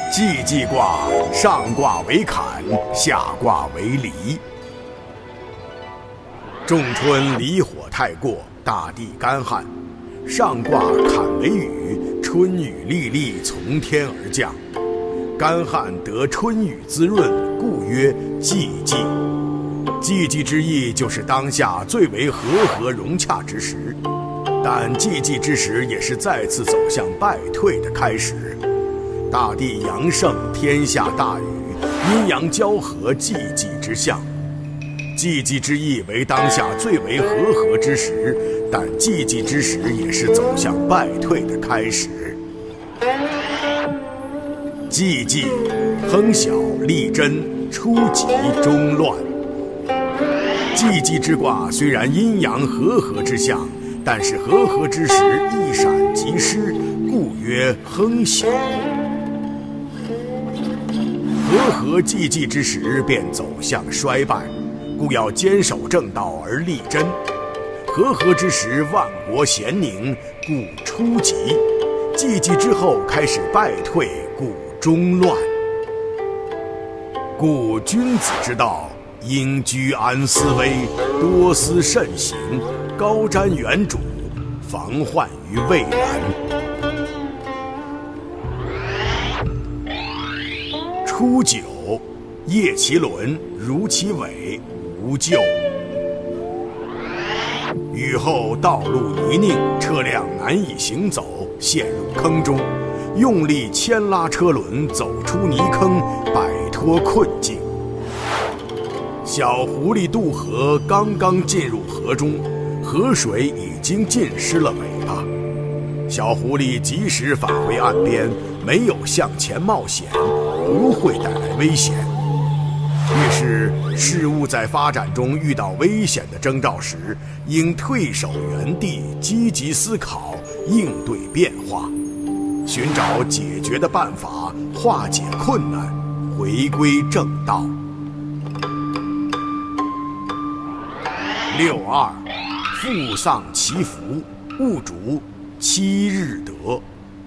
既济卦上卦为坎，下卦为离。仲春离火太过，大地干旱。上卦坎为雨，春雨沥沥从天而降。干旱得春雨滋润，故曰既济。既济之意就是当下最为和合融洽之时，但既济之时也是再次走向败退的开始。大地阳盛，天下大雨，阴阳交合，既济之象。既济之意为当下最为和合之时，但既济之时也是走向败退的开始。既济，亨小利贞，初吉中乱。既济之卦虽然阴阳和合之象，但是和合之时一闪即失，故曰亨小。和合既济之时便走向衰败，故要坚守正道而立贞。和合之时万国咸宁，故初吉；既济之后开始败退，故中乱。故君子之道，应居安思危，多思慎行，高瞻远瞩，防患于未然。初九，夜其轮，如其尾，无咎。雨后道路泥泞，车辆难以行走，陷入坑中，用力牵拉车轮走出泥坑，摆脱困境。小狐狸渡河，刚刚进入河中，河水已经浸湿了尾巴。小狐狸及时返回岸边，没有向前冒险，不会带来危险。于是，事物在发展中遇到危险的征兆时，应退守原地，积极思考，应对变化，寻找解决的办法，化解困难，回归正道。6.2，父丧其福，物主7日得。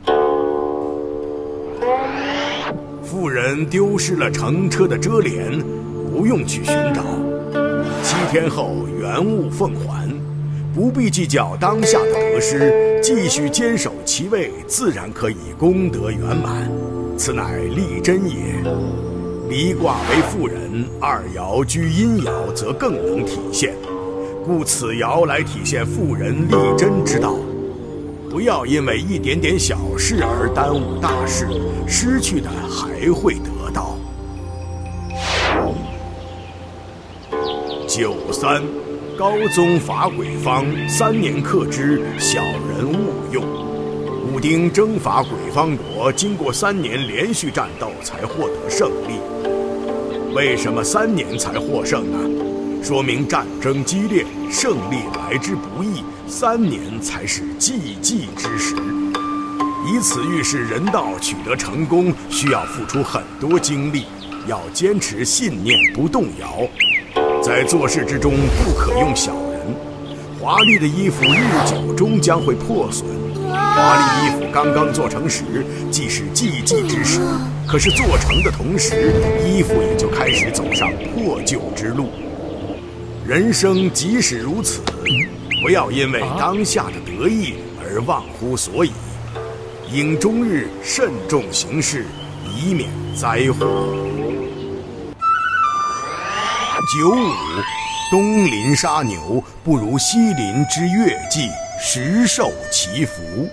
妇人丢失了乘车的遮帘，不用去寻找，7天后原物奉还，不必计较当下的得失，继续坚守其位，自然可以功德圆满，此乃立贞也。离卦为妇人，2爻居阴爻，则更能体现，故此爻来体现妇人立贞之道。不要因为一点点小事而耽误大事，失去的还会得到。9.3，高宗伐鬼方，3年克之，小人勿用。武丁征伐鬼方国，经过3年连续战斗才获得胜利。为什么3年才获胜呢？说明战争激烈，胜利来之不易，3年才是既济之时。以此预示人道取得成功需要付出很多精力，要坚持信念不动摇。在做事之中不可用小人，华丽的衣服日久终将会破损。华丽衣服刚刚做成时，既是既济之时，可是做成的同时，衣服也就开始走上破旧之路。人生即使如此，不要因为当下的得意而忘乎所以，应终日慎重行事，以免灾祸。9.5，东邻杀牛，不如西邻之月季，实受其福。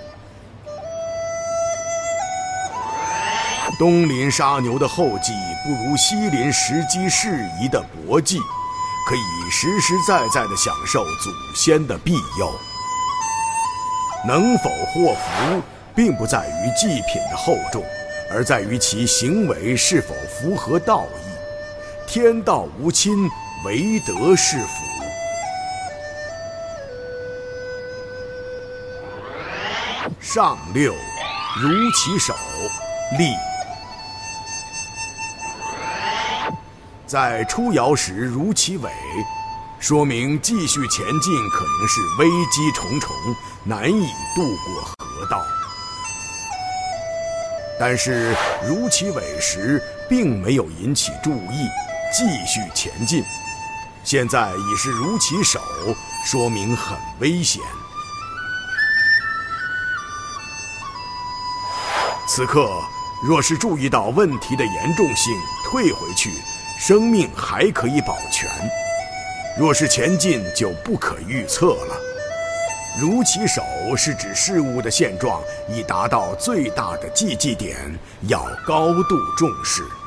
东邻杀牛的后继，不如西邻时机适宜的薄祭，可以实实在在地享受祖先的庇佑。能否获福，并不在于祭品的厚重，而在于其行为是否符合道义。天道无亲，唯德是辅。上6，如其手，立。在出爻时如其尾，说明继续前进可能是危机重重，难以渡过河道。 但是如其委实，并没有引起注意，继续前进。现在已是如其手，说明很危险。此刻若是注意到问题的严重性，退回去，生命还可以保全；若是前进，就不可预测了。如其手是指事物的现状已达到最大的寂寂点，要高度重视。